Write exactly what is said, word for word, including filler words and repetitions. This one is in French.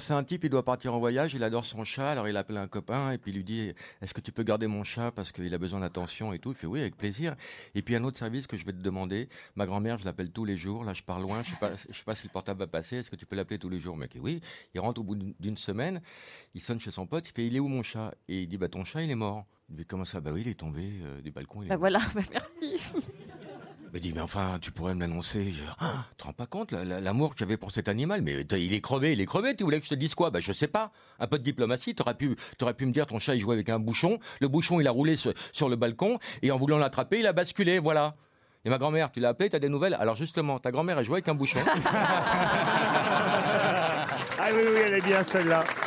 c'est un type, il doit partir en voyage, il adore son chat, alors il appelle un copain et puis il lui dit « Est-ce que tu peux garder mon chat parce qu'il a besoin d'attention et tout ?» Il fait « Oui, avec plaisir. » Et puis un autre service que je vais te demander, ma grand-mère, je l'appelle tous les jours, là je pars loin, je sais pas, je sais pas si le portable va passer, est-ce que tu peux l'appeler tous les jours? Mec, oui. Il rentre au bout d'une semaine, il sonne chez son pote, il fait « Il est où mon chat ?» Et il dit « Bah ton chat, il est mort. » Il dit « Comment ça? » Bah oui, il est tombé euh, du balcon. Il est Bah mort. voilà, bah merci. Il me dit, mais enfin, tu pourrais me l'annoncer. Je, ah, tu te rends pas compte, la, la, l'amour que j'avais pour cet animal? Mais il est crevé, il est crevé, tu voulais que je te dise quoi? Bah, je sais pas. Un peu de diplomatie, t'aurais pu, t'aurais pu me dire, ton chat, il jouait avec un bouchon. Le bouchon, il a roulé sur, sur le balcon, et en voulant l'attraper, il a basculé, voilà. Et ma grand-mère, tu l'as appelée, t'as des nouvelles? Alors justement, ta grand-mère, elle jouait avec un bouchon. Ah oui, oui, elle est bien celle-là.